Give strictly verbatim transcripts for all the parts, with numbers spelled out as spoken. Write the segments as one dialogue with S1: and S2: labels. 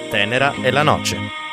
S1: Tenera e la Noce.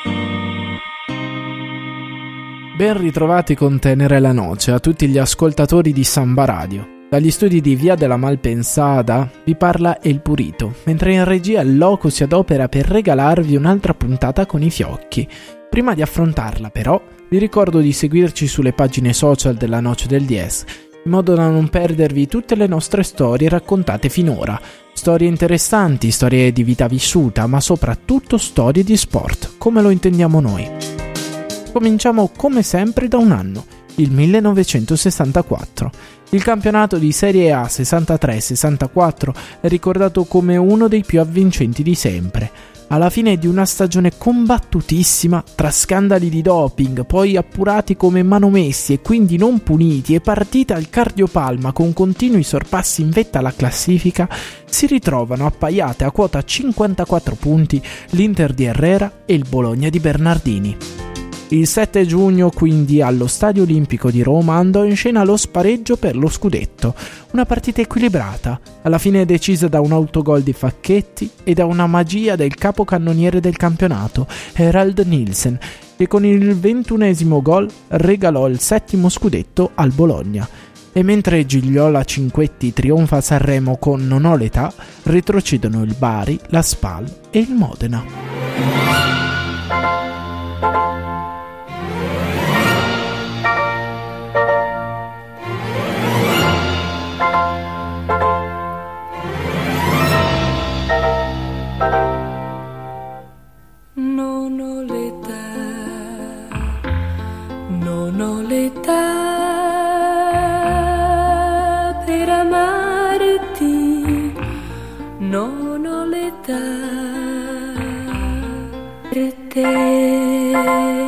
S2: Ben ritrovati con Tenera e la Noce a tutti gli ascoltatori di Samba Radio. Dagli studi di Via della Malpensada vi parla El Purito, mentre in regia il Loco si adopera per regalarvi un'altra puntata con i fiocchi. Prima di affrontarla però vi ricordo di seguirci sulle pagine social della Noce del Diez, in modo da non perdervi tutte le nostre storie raccontate finora. Storie interessanti, storie di vita vissuta, ma soprattutto storie di sport, come lo intendiamo noi. Cominciamo come sempre da un anno, il millenovecentosessantaquattro. Il campionato di Serie A sessantatré sessantaquattro è ricordato come uno dei più avvincenti di sempre. Alla fine di una stagione combattutissima, tra scandali di doping, poi appurati come manomessi e quindi non puniti, e partita al cardiopalma con continui sorpassi in vetta alla classifica, si ritrovano appaiate a quota cinquantaquattro punti l'Inter di Herrera e il Bologna di Bernardini. Il sette giugno, quindi, allo Stadio Olimpico di Roma andò in scena lo spareggio per lo scudetto, una partita equilibrata, alla fine decisa da un autogol di Facchetti e da una magia del capocannoniere del campionato, Herald Nielsen, che con il ventunesimo gol regalò il settimo scudetto al Bologna. E mentre Gigliola Cinquetti trionfa a Sanremo con Non ho l'età, retrocedono il Bari, la Spal e il Modena.
S3: Non ho l'età, non ho l'età per amarti, non ho l'età per te.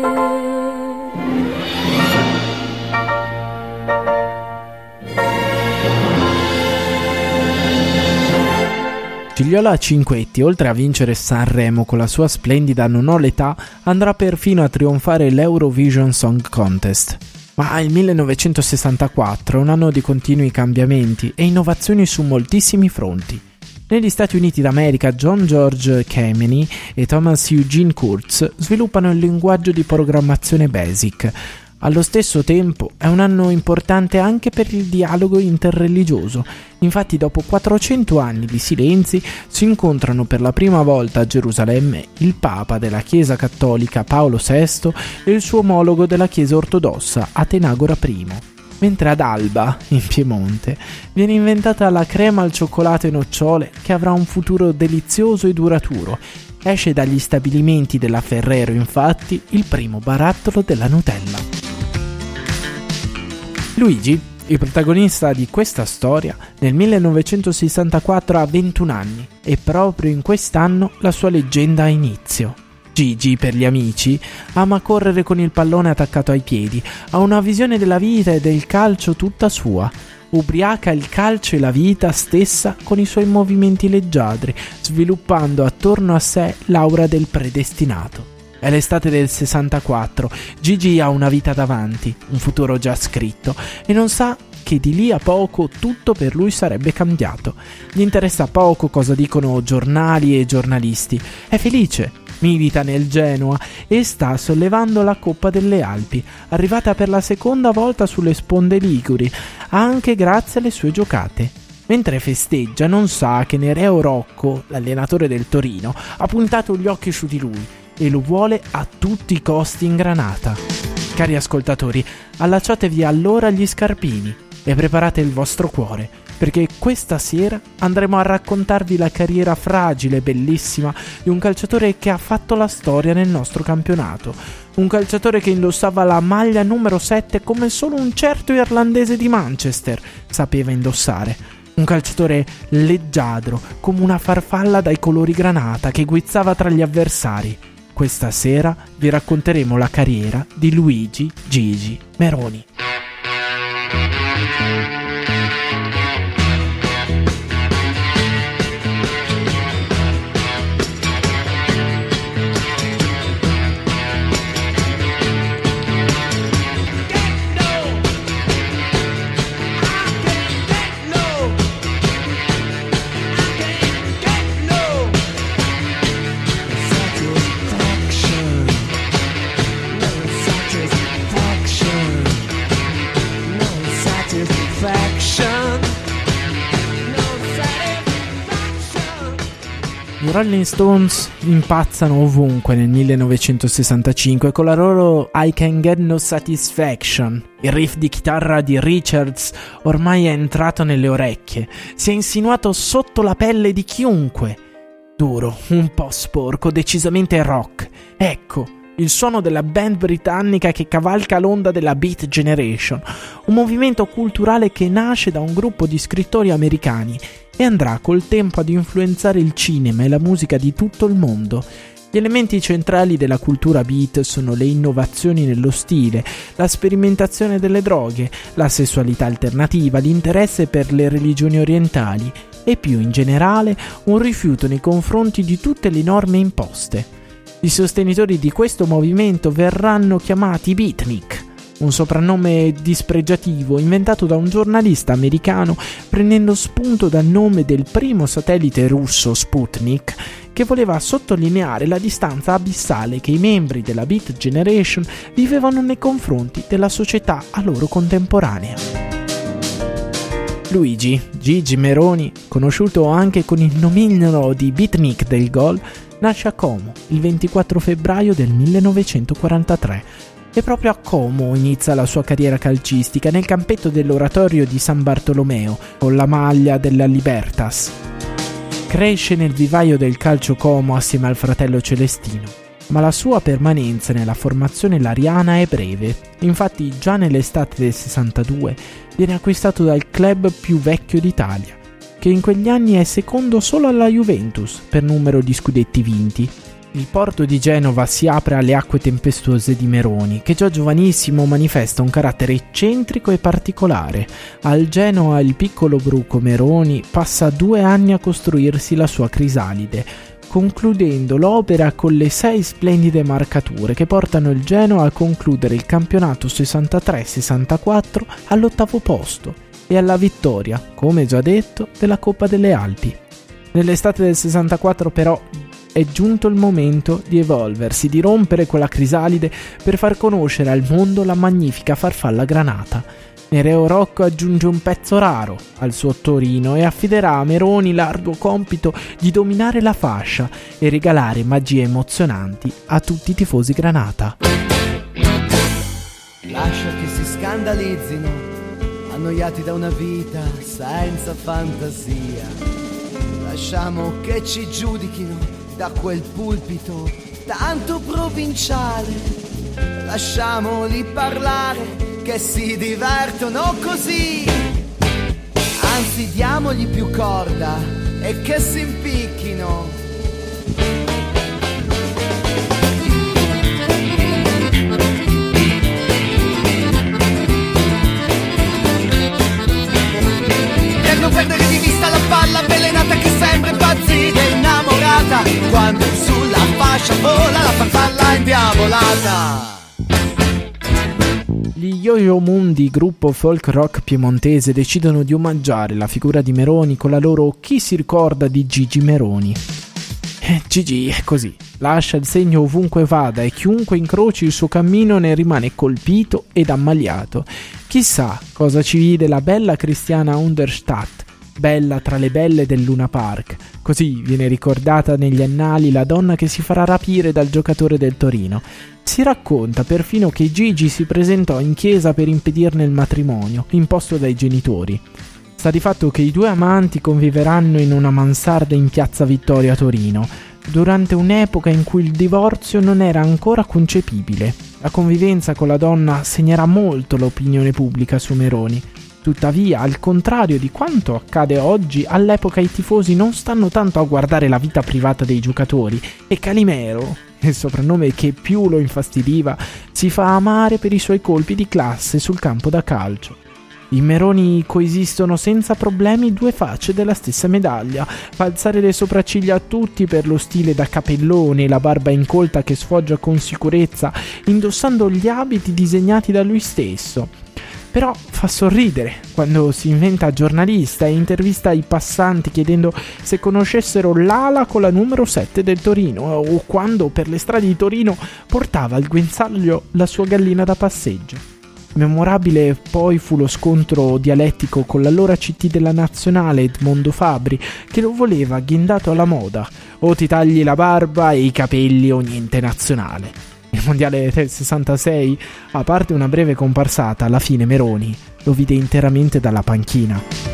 S2: Gigliola Cinquetti, oltre a vincere Sanremo con la sua splendida Non ho l'età, andrà perfino a trionfare l'Eurovision Song Contest. Ma il millenovecentosessantaquattro è un anno di continui cambiamenti e innovazioni su moltissimi fronti. Negli Stati Uniti d'America, John George Kameny e Thomas Eugene Kurtz sviluppano il linguaggio di programmazione BASIC. Allo stesso tempo è un anno importante anche per il dialogo interreligioso. Infatti, dopo quattrocento anni di silenzi, si incontrano per la prima volta a Gerusalemme il Papa della Chiesa Cattolica Paolo sesto e il suo omologo della Chiesa Ortodossa Atenagora primo. Mentre ad Alba, in Piemonte, viene inventata la crema al cioccolato e nocciole che avrà un futuro delizioso e duraturo. Esce dagli stabilimenti della Ferrero, infatti, il primo barattolo della Nutella. Luigi, il protagonista di questa storia, nel millenovecentosessantaquattro ha ventuno anni e proprio in quest'anno la sua leggenda ha inizio. Gigi, per gli amici, ama correre con il pallone attaccato ai piedi, ha una visione della vita e del calcio tutta sua. Ubriaca il calcio e la vita stessa con i suoi movimenti leggiadri, sviluppando attorno a sé l'aura del predestinato. È l'estate del sessantaquattro, Gigi ha una vita davanti, un futuro già scritto, e non sa che di lì a poco tutto per lui sarebbe cambiato. Gli interessa poco cosa dicono giornali e giornalisti. È felice, milita nel Genoa e sta sollevando la Coppa delle Alpi, arrivata per la seconda volta sulle sponde liguri, anche grazie alle sue giocate. Mentre festeggia non sa che Nereo Rocco, l'allenatore del Torino, ha puntato gli occhi su di lui e lo vuole a tutti i costi in granata. Cari ascoltatori, allacciatevi allora gli scarpini e preparate il vostro cuore, perché questa sera andremo a raccontarvi la carriera fragile e bellissima di un calciatore che ha fatto la storia nel nostro campionato. Un calciatore che indossava la maglia numero sette come solo un certo irlandese di Manchester sapeva indossare. Un calciatore leggiadro, come una farfalla dai colori granata che guizzava tra gli avversari. Questa sera vi racconteremo la carriera di Luigi Gigi Meroni. I Rolling Stones impazzano ovunque nel millenovecentosessantacinque con la loro I Can Get No Satisfaction. Il riff di chitarra di Richards ormai è entrato nelle orecchie, si è insinuato sotto la pelle di chiunque. Duro, un po' sporco, decisamente rock. Ecco il suono della band britannica che cavalca l'onda della Beat Generation, un movimento culturale che nasce da un gruppo di scrittori americani e andrà col tempo ad influenzare il cinema e la musica di tutto il mondo. Gli elementi centrali della cultura beat sono le innovazioni nello stile, la sperimentazione delle droghe, la sessualità alternativa, l'interesse per le religioni orientali e più in generale un rifiuto nei confronti di tutte le norme imposte. I sostenitori di questo movimento verranno chiamati beatnik, un soprannome dispregiativo inventato da un giornalista americano prendendo spunto dal nome del primo satellite russo Sputnik, che voleva sottolineare la distanza abissale che i membri della Beat Generation vivevano nei confronti della società a loro contemporanea. Luigi Gigi Meroni, conosciuto anche con il nomignolo di Beatnik del Gol, nasce a Como il ventiquattro febbraio del millenovecentoquarantatré e proprio a Como inizia la sua carriera calcistica nel campetto dell'oratorio di San Bartolomeo con la maglia della Libertas. Cresce nel vivaio del calcio Como assieme al fratello Celestino, ma la sua permanenza nella formazione lariana è breve. Infatti già nell'estate del sessantadue viene acquistato dal club più vecchio d'Italia, che in quegli anni è secondo solo alla Juventus per numero di scudetti vinti. Il porto di Genova si apre alle acque tempestuose di Meroni, che già giovanissimo manifesta un carattere eccentrico e particolare. Al Genoa il piccolo bruco Meroni passa due anni a costruirsi la sua crisalide, concludendo l'opera con le sei splendide marcature che portano il Genoa a concludere il campionato sessantatré sessantaquattro all'ottavo posto e alla vittoria, come già detto, della Coppa delle Alpi. Nell'estate del sessantaquattro però è giunto il momento di evolversi, di rompere quella crisalide per far conoscere al mondo la magnifica farfalla granata. Nereo Rocco aggiunge un pezzo raro al suo Torino e affiderà a Meroni l'arduo compito di dominare la fascia e regalare magie emozionanti a tutti i tifosi granata.
S1: Lascia che si scandalizzino, annoiati da una vita senza fantasia. Lasciamo che ci giudichino da quel pulpito tanto provinciale. Lasciamoli parlare, che si divertono così. Anzi, diamogli più corda e che si impicchino. Per non perdere di vista la palla avvelenata che sembra impazzita e innamorata, quando sulla fascia vola la farfalla indiavolata.
S2: Gli Yo-Yo Mundi, gruppo folk rock piemontese, decidono di omaggiare la figura di Meroni con la loro Chi si ricorda di Gigi Meroni. Eh, Gigi è così, lascia il segno ovunque vada e chiunque incroci il suo cammino ne rimane colpito ed ammaliato. Chissà cosa ci vide la bella Christiana Understadt, bella tra le belle del Luna Park. Così viene ricordata negli annali la donna che si farà rapire dal giocatore del Torino. Si racconta perfino che Gigi si presentò in chiesa per impedirne il matrimonio, imposto dai genitori. Sta di fatto che i due amanti conviveranno in una mansarda in piazza Vittoria a Torino, durante un'epoca in cui il divorzio non era ancora concepibile. La convivenza con la donna segnerà molto l'opinione pubblica su Meroni. Tuttavia, al contrario di quanto accade oggi, all'epoca i tifosi non stanno tanto a guardare la vita privata dei giocatori e Calimero, il soprannome che più lo infastidiva, si fa amare per i suoi colpi di classe sul campo da calcio. In Meroni coesistono senza problemi due facce della stessa medaglia, fa alzare le sopracciglia a tutti per lo stile da capellone e la barba incolta che sfoggia con sicurezza, indossando gli abiti disegnati da lui stesso. Però fa sorridere quando si inventa giornalista e intervista i passanti chiedendo se conoscessero l'ala con la numero sette del Torino o quando per le strade di Torino portava al guinzaglio la sua gallina da passeggio. Memorabile poi fu lo scontro dialettico con l'allora C T della Nazionale Edmondo Fabri, che lo voleva agghindato alla moda: o ti tagli la barba e i capelli o niente nazionale. Il mondiale del sessantasei, a parte una breve comparsata, alla fine Meroni lo vide interamente dalla panchina.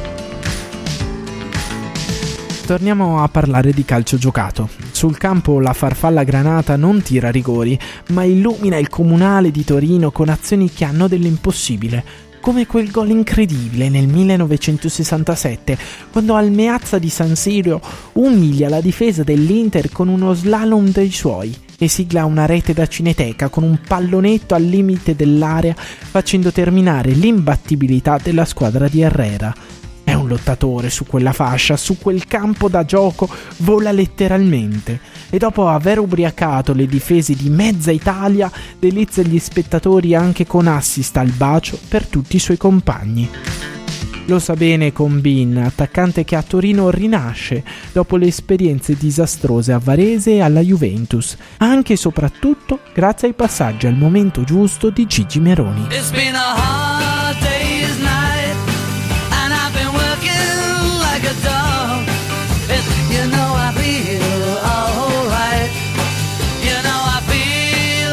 S2: Torniamo a parlare di calcio giocato. Sul campo la farfalla granata non tira rigori, ma illumina il comunale di Torino con azioni che hanno dell'impossibile, come quel gol incredibile nel millenovecentosessantasette, quando al Meazza di San Siro umilia la difesa dell'Inter con uno slalom dei suoi e sigla una rete da cineteca con un pallonetto al limite dell'area, facendo terminare l'imbattibilità della squadra di Herrera. È un lottatore su quella fascia, su quel campo da gioco, vola letteralmente. E dopo aver ubriacato le difese di mezza Italia, delizia gli spettatori anche con assist al bacio per tutti i suoi compagni. Lo sa bene Combin, attaccante che a Torino rinasce dopo le esperienze disastrose a Varese e alla Juventus, anche e soprattutto grazie ai passaggi al momento giusto di Gigi Meroni.
S1: It's been a hard day's night, and I've been working like a dog. It, you know I feel alright. You know I feel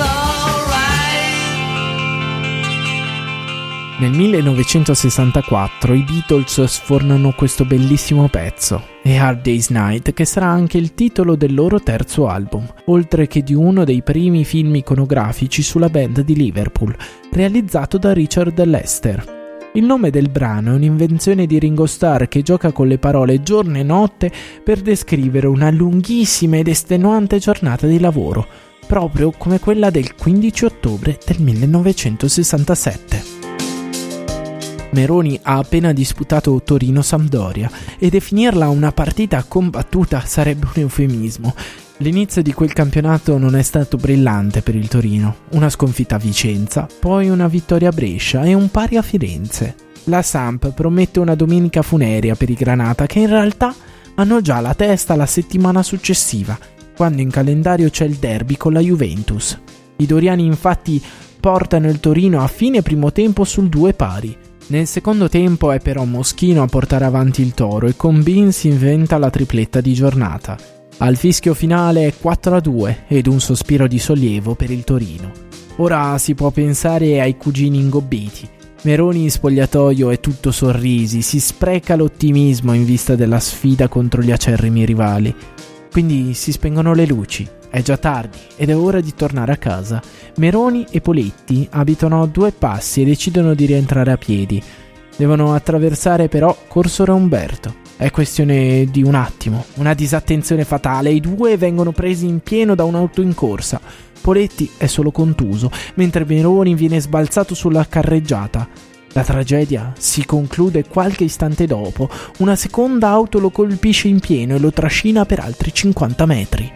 S1: alright.
S2: Nel millenovecentosessantaquattro i Beatles sfornano questo bellissimo pezzo, A Hard Day's Night, che sarà anche il titolo del loro terzo album, oltre che di uno dei primi film iconografici sulla band di Liverpool, realizzato da Richard Lester. Il nome del brano è un'invenzione di Ringo Starr che gioca con le parole giorno e notte per descrivere una lunghissima ed estenuante giornata di lavoro, proprio come quella del quindici ottobre del millenovecentosessantasette. Meroni ha appena disputato Torino-Sampdoria e definirla una partita combattuta sarebbe un eufemismo. L'inizio di quel campionato non è stato brillante per il Torino. Una sconfitta a Vicenza, poi una vittoria a Brescia e un pari a Firenze. La Samp promette una domenica funerea per i Granata, che in realtà hanno già la testa la settimana successiva, quando in calendario c'è il derby con la Juventus. I doriani infatti portano il Torino a fine primo tempo sul due pari. Nel secondo tempo è però Moschino a portare avanti il Toro e Combin si inventa la tripletta di giornata. Al fischio finale è quattro a due ed un sospiro di sollievo per il Torino. Ora si può pensare ai cugini ingobbiti. Meroni in spogliatoio è tutto sorrisi, si spreca l'ottimismo in vista della sfida contro gli acerrimi rivali. Quindi si spengono le luci, è già tardi ed è ora di tornare a casa. Meroni e Poletti abitano a due passi e decidono di rientrare a piedi. Devono attraversare però Corso Re Umberto. È questione di un attimo, una disattenzione fatale, i due vengono presi in pieno da un'auto in corsa. Poletti è solo contuso, mentre Meroni viene sbalzato sulla carreggiata. La tragedia si conclude qualche istante dopo, una seconda auto lo colpisce in pieno e lo trascina per altri cinquanta metri.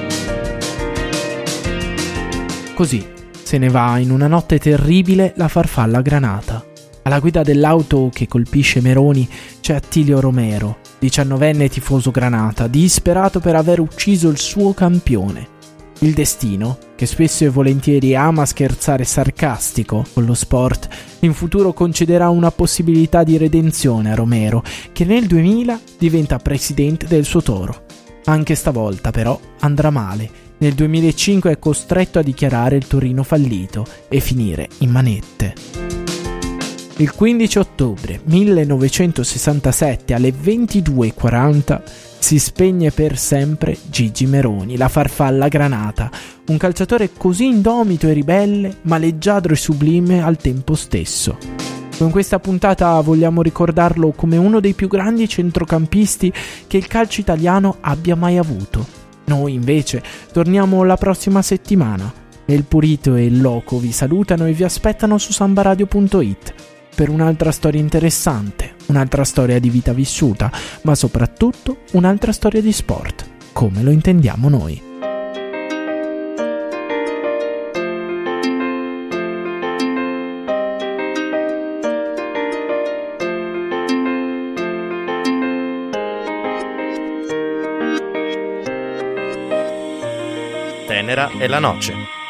S2: Così se ne va in una notte terribile la farfalla granata. Alla guida dell'auto che colpisce Meroni c'è Attilio Romero, diciannovenne tifoso granata, disperato per aver ucciso il suo campione. Il destino, che spesso e volentieri ama scherzare sarcastico con lo sport, in futuro concederà una possibilità di redenzione a Romero, che nel duemila diventa presidente del suo Toro. Anche stavolta però andrà male. Nel duemilacinque è costretto a dichiarare il Torino fallito e finire in manette. Il quindici ottobre millenovecentosessantasette alle ventidue e quaranta si spegne per sempre Gigi Meroni, la farfalla granata, un calciatore così indomito e ribelle, ma leggiadro e sublime al tempo stesso. Con questa puntata vogliamo ricordarlo come uno dei più grandi centrocampisti che il calcio italiano abbia mai avuto. Noi invece torniamo la prossima settimana. El Purito e il Loco vi salutano e vi aspettano su sambaradio punto it per un'altra storia interessante, un'altra storia di vita vissuta, ma soprattutto un'altra storia di sport, come lo intendiamo noi.
S4: Tenera e la noce.